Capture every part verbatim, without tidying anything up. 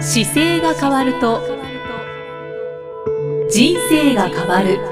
姿勢が変わると人生が変わる。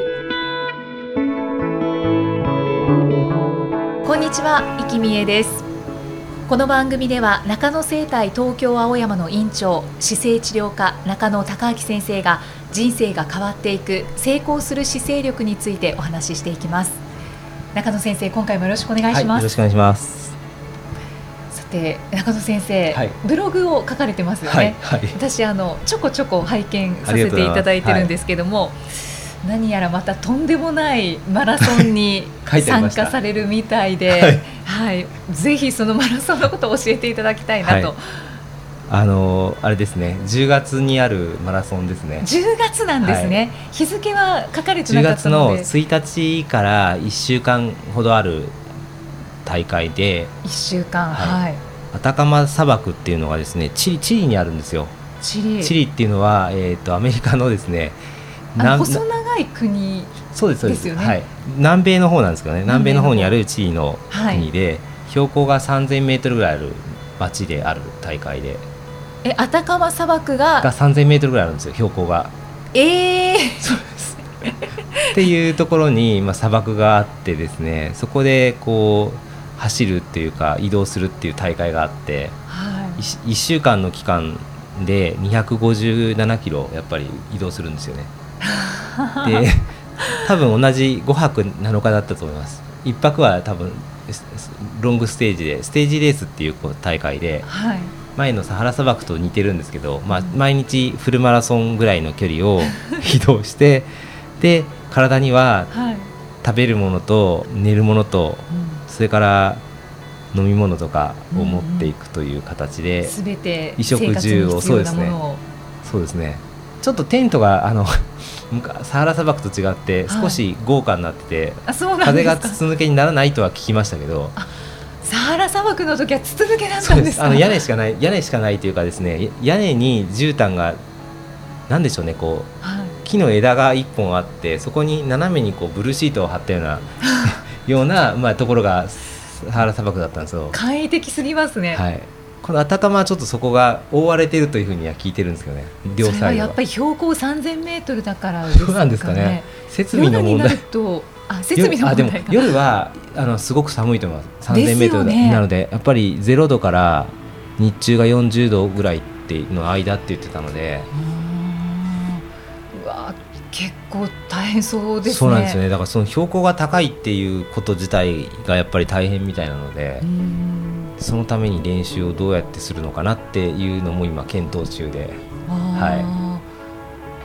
こんにちは、生きみえです。この番組では中野生態東京青山の院長、姿勢治療科中野孝明先生が人生が変わっていく成功する姿勢力についてお話ししていきます。中野先生、今回もよろしくお願いします。 はい、よろしくお願いします。 さて、中野先生、はい、ブログを書かれてますよね。 はいはい、 私あのちょこちょこ拝見させていただいてるんですけども、はい、何やらまたとんでもないマラソンに参加されるみたいで、はいはい、ぜひそのマラソンのことを教えていただきたいなと。 はい、あのあれですね、じゅうがつにあるマラソンですね。 じゅうがつなんですね。はい、日付は書かれてなかったので、 じゅうがつのついたちからいっしゅうかんほどある大会で、 いっしゅうかん、はいはい、 アタカマ砂漠っていうのがですね、チリ、チリにあるんですよ。 チリ、 チリっていうのは、えーと、アメリカのですね、 細長い国ですよね。 はい、南米の方なんですけどね、南米の方にあるチリの国で、はい、標高がさんぜんメートルぐらいある町である大会で、 えアタカマ砂漠ががさんぜんメートルぐらいあるんですよ、標高が。 えー、 そうですっていうところに、まあ、砂漠があってですね、そこでこう走るっていうか移動するっていう大会があって、はい、いっしゅうかんの期間でにひゃくごじゅうななキロやっぱり移動するんですよね。で多分同じごはくなのかだったと思います。いっぱくは多分ロングステージでステージレースっていう大会で、はい、前のサハラ砂漠と似てるんですけど、まあ、毎日フルマラソンぐらいの距離を移動してで体には食べるものと寝るものと、うん、それから飲み物とかを持っていくという形で、 すべて衣食住を、そうですね、そうですね、ちょっとテントがあのサハラ砂漠と違って少し豪華になってて、はい、風が筒抜けにならないとは聞きましたけど、 サハラ砂漠の時は筒抜けだったんですか。 あの屋根しかない屋根しかないというかですね、屋根に絨毯がなんでしょうね、こう、はい、木の枝がいっぽんあって、そこに斜めにこうブルーシートを張ったようなような、まあ、ところがサハラ砂漠だったんですよ。 快適すぎますね。 はい、このアタカマはちょっとそこが覆われているというふうには聞いてるんですけどね。両サイドは。それはやっぱり標高さんぜんメートルだからですかね。 そうなんですかね。設備の問題。 夜になると、あ、設備の問題か。 あ、でも夜はあのすごく寒いと思います。さんぜんメートルなので、やっぱりゼロどから日中がよんじゅうどぐらいっての間って言ってたので、 うわ、結構大変そうですね。 そうなんですよね。だからその標高が高いっていうこと自体がやっぱり大変みたいなので、そのために練習をどうやってするのかなっていうのも今検討中で、はい、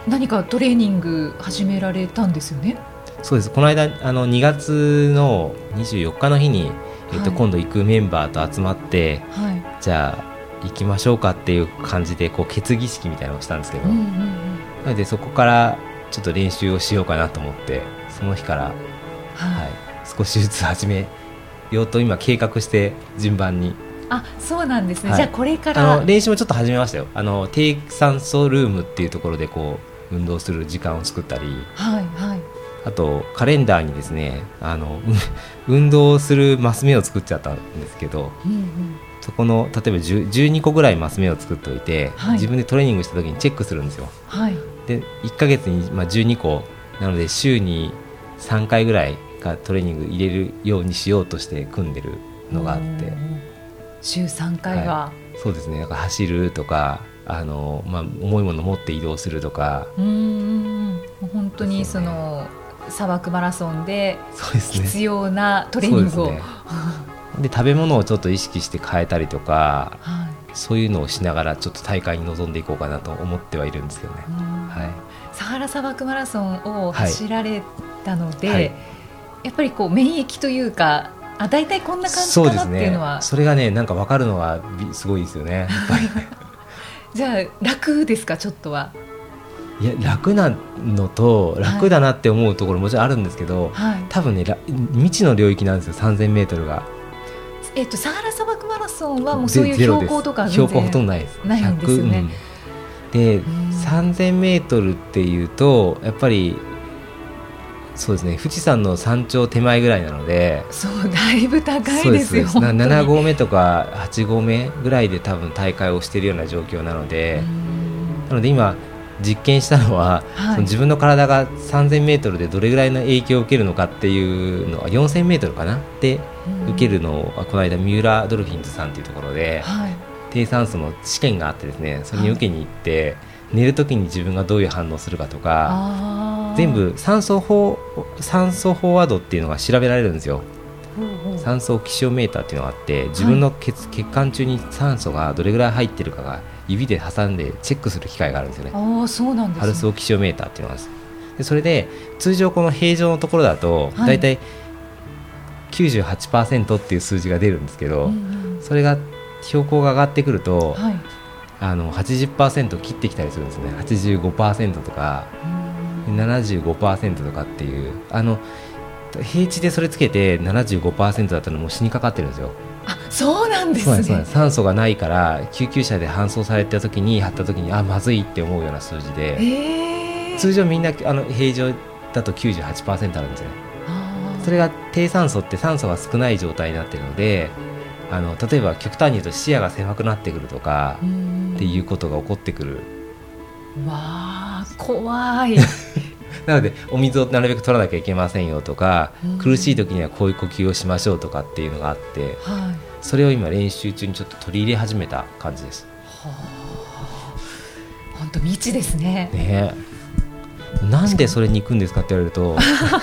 何かトレーニング始められたんですよね。 そうです。この間あのにがつのにじゅうよっかの日に、えっと、今度行くメンバーと集まって、はい、じゃあ行きましょうかっていう感じでこう決議式みたいなのをしたんですけど、うんうんうん、なのでそこからちょっと練習をしようかなと思って、その日から、はいはい、少しずつ始めようと今計画して順番に。 あ、そうなんですね。はい、じゃあこれからあの練習もちょっと始めましたよ。あの低酸素ルームっていうところでこう運動する時間を作ったり、はいはい、あとカレンダーにですね、あの運動するマス目を作っちゃったんですけど、うんうん、そこの例えばじゅう、じゅうにこぐらいマス目を作っておいて、はい、自分でトレーニングした時にチェックするんですよ。はい、でいっかげつに、まあ、じゅうにこなので週にさんかいぐらいがトレーニング入れるようにしようとして組んでるのがあって、 週さんかいは、 はい、そうですね。なんか走るとか、あの、まあ、重いものを持って移動するとか、 うーん、本当にその砂漠マラソンで必要なトレーニングを、ね、 で食べ物をちょっと意識して変えたりとか、はい、そういうのをしながらちょっと大会に臨んでいこうかなと思ってはいるんですけどね。はい、 サハラ砂漠マラソンを走られたので、はいはい、やっぱりこう免疫というか、あ、大体こんな感じかなっていうのは、 そ, うですね、それがね、なんか分かるのがすごいですよね。やっぱりじゃあ楽ですか、ちょっとは。 いや、楽なのと楽だなって思うところもちろんあるんですけど、はい、多分ね未知の領域なんですよ、さんぜんメートルが。 えっと、サハラ砂漠マラソンはもうそういう標高とか標高ほとんどないです。 ないんですよね。 で、さんぜんメートルっていうとやっぱりそうですね、富士山の山頂手前ぐらいなので、 そうだいぶ高いですよ。 なな合目とかはち合目ぐらいで多分大会をしているような状況なので、なので今実験したのは、はい、その自分の体がさんぜんメートルでどれぐらいの影響を受けるのかっていうのはよんせんメートルかなで受けるのを、この間三浦ドルフィンズさんというところで、はい、低酸素の試験があってですね、それに受けに行って、はい、寝るときに自分がどういう反応するかとか全部酸素飽酸素飽和度っていうのが調べられるんですよ。酸素気象メーターっていうのがあって、自分の 血,、はい、血管中に酸素がどれぐらい入ってるかが指で挟んでチェックする機械があるんですよね。 あ、そうなんですね。 パルスオキシオメーターっていうのがあるんです。でそれで通常この平常のところだと、はい、だいたい きゅうじゅうはちパーセント っていう数字が出るんですけど、うんうん、それが標高が上がってくると、はい、あの はちじゅっパーセント 切ってきたりするんですね。 はちじゅうごパーセント とか ななじゅうごパーセント とかっていう、あの平地でそれつけて ななじゅうごパーセント だったらもう死にかかってるんですよ。 あ、そうなんですね。 そうなんです。酸素がないから救急車で搬送された時に貼った時にあまずいって思うような数字で、えー、通常みんなあの平常だと きゅうじゅうはちパーセント あるんですよね。それが低酸素って酸素が少ない状態になっているので、あの例えば極端に言うと視野が狭くなってくるとかっていうことが起こってくる。 わー、怖いなのでお水をなるべく取らなきゃいけませんよとか、苦しい時にはこういう呼吸をしましょうとかっていうのがあって、はい、それを今練習中にちょっと取り入れ始めた感じです。はあ、本当未知ですね。 ねえ、なんでそれに行くんですかって言われると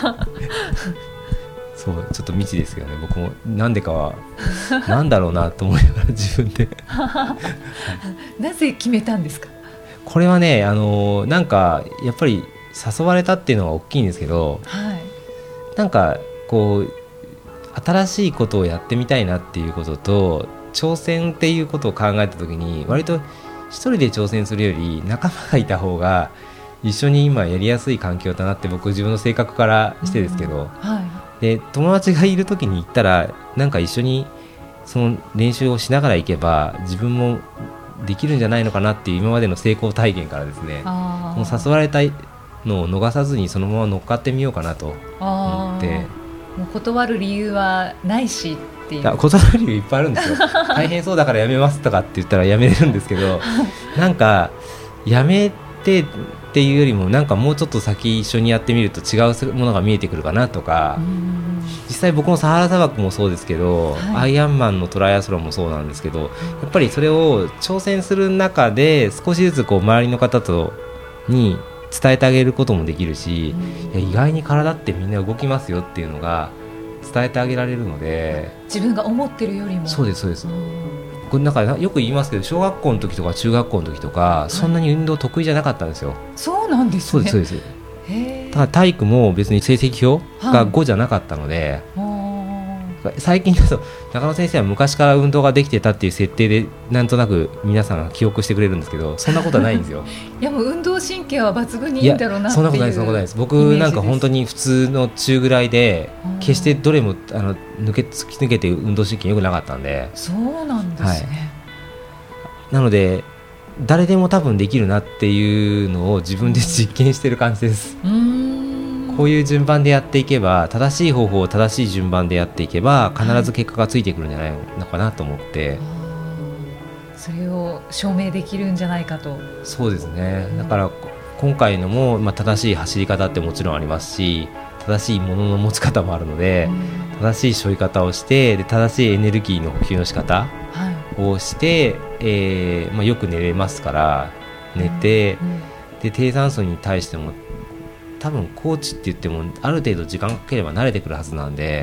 そうちょっと未知ですけどね。僕もなんでかはなんだろうなと思いながら自分でなぜ決めたんですか？ これはね、あのなんかやっぱり誘われたっていうのが大きいんですけど、はい、なんかこう新しいことをやってみたいなっていうことと挑戦っていうことを考えたときに、割と一人で挑戦するより仲間がいた方が一緒に今やりやすい環境だなって、僕自分の性格からしてですけど、うん、はい、で友達がいるときに行ったらなんか一緒にその練習をしながら行けば自分もできるんじゃないのかなっていう今までの成功体験からですね、もう誘われたのを逃さずにそのまま乗っかってみようかなと思って、 もう断る理由はないしっていう。いや、 断る理由いっぱいあるんですよ大変そうだからやめますとかって言ったらやめれるんですけどなんかやめてっていうよりもなんかもうちょっと先一緒にやってみると違うものが見えてくるかなとか、実際僕もサハラ砂漠もそうですけど、はい、アイアンマンのトライアスロンもそうなんですけど、やっぱりそれを挑戦する中で少しずつこう周りの方とに伝えてあげることもできるし、いや意外に体ってみんな動きますよっていうのが伝えてあげられるので、 自分が思ってるよりも。 そうですそうです。これなんかよく言いますけど、小学校の時とか中学校の時とかそんなに運動得意じゃなかったんですよ。 そうなんですね。 そうですそうです。へー。ただ体育も別に成績表がごじゃなかったので、はい、最近だと中野先生は昔から運動ができてたっていう設定でなんとなく皆さんが記憶してくれるんですけど、そんなことはないんですよいやもう運動神経は抜群にいいんだろうなっていう。いや、 そんなことないです。そんなことないです。僕なんか本当に普通の中ぐらいで、決してどれもあの抜け突き抜けて運動神経良くなかったんで。 そうなんですね、はい、 なので誰でも多分できるなっていうのを自分で実験してる感じです。うーん、こういう順番でやっていけば、正しい方法を正しい順番でやっていけば必ず結果がついてくるんじゃないのかなと思って、はい、 それを証明できるんじゃないかと。 そうですね。だから今回のも、まあ、正しい走り方ってもちろんありますし、正しいものの持ち方もあるので、正しい背負い方をして、で正しいエネルギーの補給の仕方をして、はい、えーまあ、よく寝れますから寝て、うんうん、で低酸素に対しても多分コーチって言ってもある程度時間かければ慣れてくるはずなんで、うん、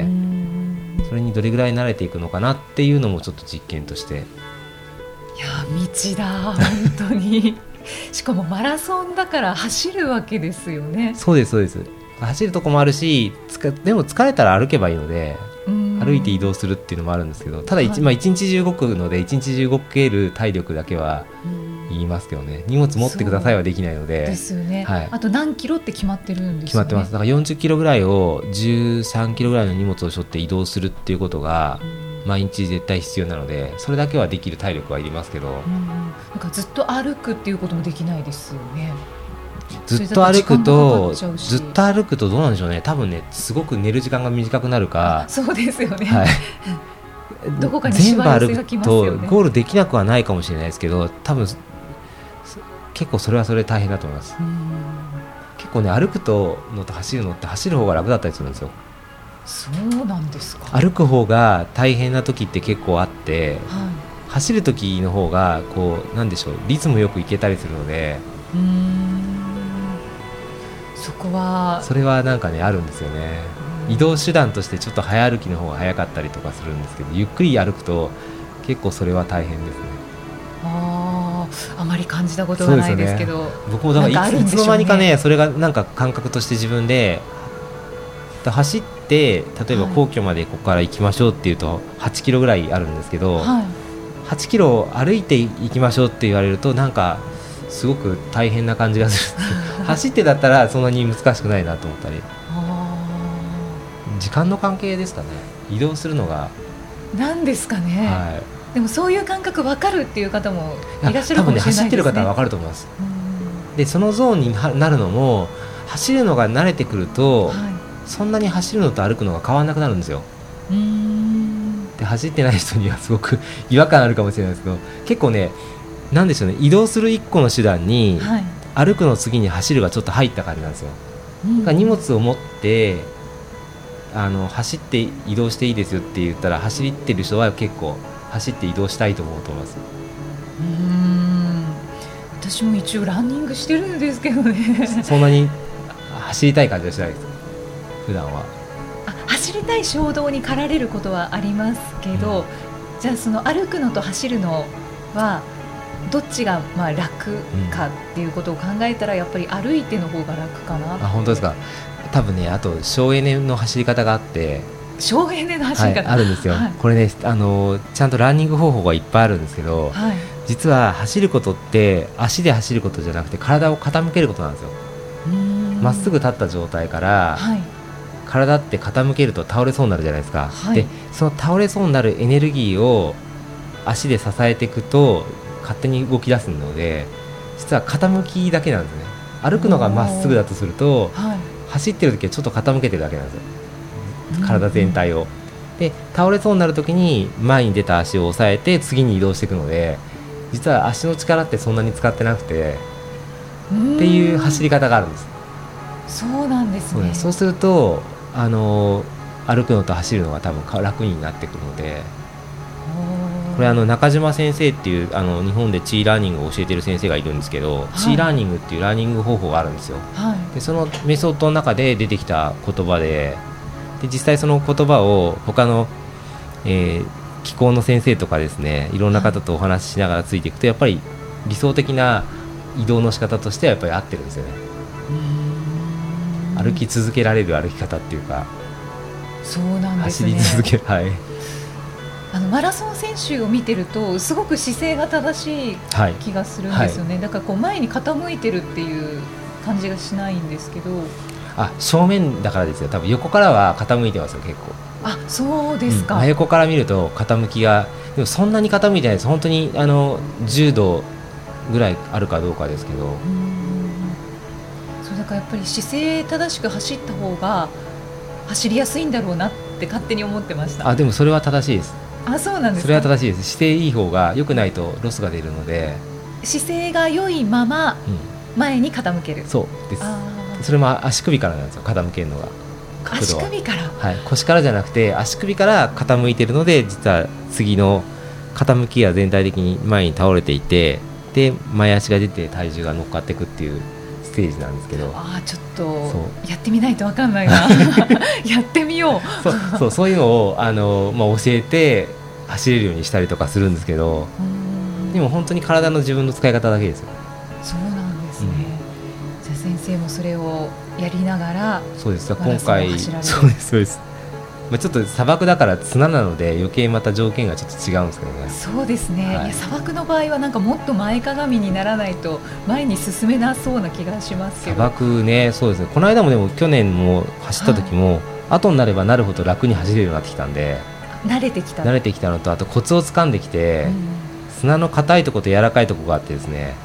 それにどれぐらい慣れていくのかなっていうのもちょっと実験として。いや未知だ本当にしかもマラソンだから走るわけですよね。 そうですそうです。走るとこもあるし、つかでも疲れたら歩けばいいので歩いて移動するっていうのもあるんですけど、ただ 一,、まあ、一日中動くので一日中動ける体力だけは言いますけどね。荷物持ってくださいはできないので。 ですよね、 はい、 あと何キロって決まってるんですよね。 決まってます。だからよんじゅっキロぐらいをじゅうさんキロぐらいの荷物を背負って移動するっていうことが毎日絶対必要なので、それだけはできる体力はいりますけど、うん、 なんかずっと歩くっていうこともできないですよね。 ずっと歩くとずっと歩くとどうなんでしょうね。多分ねすごく寝る時間が短くなるか。 そうですよね、 はい、 どこかに縛り寄せがきますよね。 全部歩くとゴールできなくはないかもしれないですけど、多分結構それはそれで大変だと思います。うん、結構ね歩くとのと走るのって走る方が楽だったりするんですよ。 そうなんですか。 歩く方が大変な時って結構あって、はい、走る時の方がこうなんでしょう、リズムよくいけたりするので、うーん、 そこはそれはなんかねあるんですよね。移動手段としてちょっと早歩きの方が早かったりとかするんですけど、ゆっくり歩くと結構それは大変ですね。 ああまり感じたことがないですけど、ね、 僕もだからい つ,、ね、いつの間にかねそれがなんか感覚として自分で走って例えば皇居までここから行きましょうっていうとはちキロぐらいあるんですけど、はい、はちキロ歩いて行きましょうって言われるとなんかすごく大変な感じがする走ってだったらそんなに難しくないなと思ったり、時間の関係ですかね。移動するのがなんですかね、はい、でもそういう感覚分かるっていう方もいらっしゃるかもしれないですね。多分ね走ってる方は分かると思います。でそのゾーンになるのも走るのが慣れてくると、はい、そんなに走るのと歩くのが変わらなくなるんですよ。うーんで走ってない人にはすごく違和感あるかもしれないですけど、結構ねなんでしょうね、移動する一個の手段に、はい、歩くの次に走るがちょっと入った感じなんですよ。だから荷物を持ってあの走って移動していいですよって言ったら走ってる人は結構走って移動したいと思うと思います。 うーん私も一応ランニングしてるんですけどねそんなに走りたい感じはしないです普段は。 あ走りたい衝動に駆られることはありますけど、うん、じゃあその歩くのと走るのはどっちがまあ楽かっていうことを考えたらやっぱり歩いての方が楽かな。 あ本当ですか。多分ねあと省エネの走り方があって省エネの走り方、 はい、あるんですよ、はい、これねあのちゃんとランニング方法がいっぱいあるんですけど、はい、実は走ることって足で走ることじゃなくて体を傾けることなんですよ。まっすぐ立った状態から、はい、体って傾けると倒れそうになるじゃないですか、はい、でその倒れそうになるエネルギーを足で支えていくと勝手に動き出すので実は傾きだけなんですね。歩くのがまっすぐだとすると、はい、走ってる時はちょっと傾けてるだけなんですよ体全体を。で倒れそうになる時に前に出た足を押さえて次に移動していくので実は足の力ってそんなに使ってなくてっていう走り方があるんです。 そうなんですね。 そう、そうするとあの歩くのと走るのが多分楽になってくるので、これあの中島先生っていうあの日本でチーラーニングを教えている先生がいるんですけど、はい、チーラーニングっていうラーニング方法があるんですよ、はい、でそのメソッドの中で出てきた言葉 で, で実際その言葉を他の、えー、気候の先生とかですねいろんな方とお話ししながらついていくとやっぱり理想的な移動の仕方としてはやっぱり合ってるんですよね。歩き続けられる歩き方っていうかそうなんですね。 走り続ける、はい、 あのマラソン選手を見てるとすごく姿勢が正しい気がするんですよね、はいはい、だからこう前に傾いてるっていう感じがしないんですけど。 あ正面だからですよ。多分横からは傾いてますよ結構。 あそうですか、 うん、真横から見ると傾きがでもそんなに傾いてないです。本当にあのじゅうどぐらいあるかどうかですけど。うんそうだからやっぱり姿勢正しく走った方が走りやすいんだろうなって勝手に思ってました。 あでもそれは正しいです。 あそうなんですか。 それは正しいです。姿勢いい方が良くないとロスが出るので姿勢が良いまま前に傾ける、うん、 そうです。それも足首からなんですよ傾けるのが角度は。 足首から、 はい、腰からじゃなくて足首から傾いてるので実は次の傾きが全体的に前に倒れていてで前足が出て体重が乗っかっていくっていうステージなんですけど。 あちょっとやってみないと分かんないなやってみようそうそう、そういうのをあの、まあ、教えて走れるようにしたりとかするんですけどでも本当に体の自分の使い方だけですよ。 そうなんですね、うん、じゃあ先生もそれをやりながらそうです今回そうですそうです、まあ、ちょっと砂漠だから砂なので余計また条件がちょっと違うんですけどね。 そうですね、はい、いや砂漠の場合はなんかもっと前かがみにならないと前に進めなそうな気がしますけど。 砂漠ねそうですね。この間もでも去年も走った時も、はい、後になればなるほど楽に走れるようになってきたんで慣れてきた慣れてきたのとあとコツをつかんできて、うん、砂の硬いところと柔らかいところがあってですね、はい、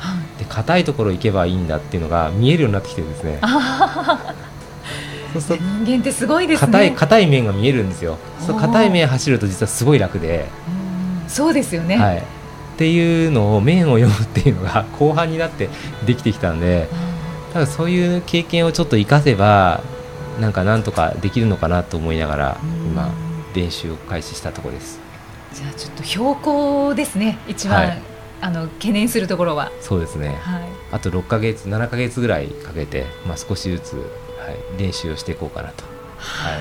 で硬いところ行けばいいんだっていうのが見えるようになってきてるんですね。 そうすると人間ってすごいですね。 硬い硬い面が見えるんですよ。そう硬い面走ると実はすごい楽で、 うん、そうですよね、 はい、っていうのを面を読むっていうのが後半になってできてきたんで、ただそういう経験をちょっと活かせばなんかなんとかできるのかなと思いながら今練習を開始したところです。 じゃあちょっと標高ですね、一番、はい、あの懸念するところは。 そうですね、はい、あとろっかげつななかげつぐらいかけて、まあ、少しずつ、はい、練習をしていこうかなと、はい、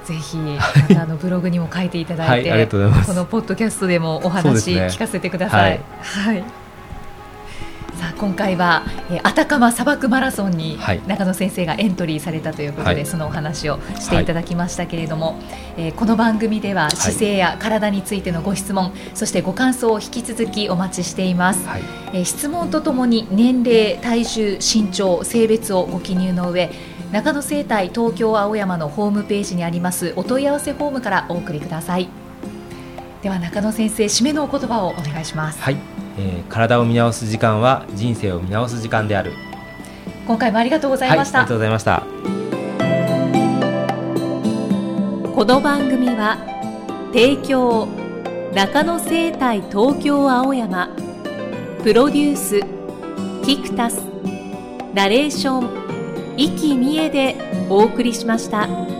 ぜひまたあのブログにも書いていただいて、はい、ありがとうございます。このポッドキャストでもお話聞かせてください。はい、はいさあ今回は、えー、アタカマ砂漠マラソンに中野先生がエントリーされたということで、はい、そのお話をしていただきましたけれども、はいえー、この番組では姿勢や体についてのご質問、はい、そしてご感想を引き続きお待ちしています、はいえー、質問とともに年齢、体重、身長、性別をご記入の上、中野生態東京青山のホームページにありますお問い合わせフォームからお送りください。では中野先生、締めのお言葉をお願いします。 はいえー、体を見直す時間は人生を見直す時間である。 今回もありがとうございました。 はい、ありがとうございました。 この番組は提供中野生態東京青山、プロデュースキクタス、ナレーション生きみえでお送りしました。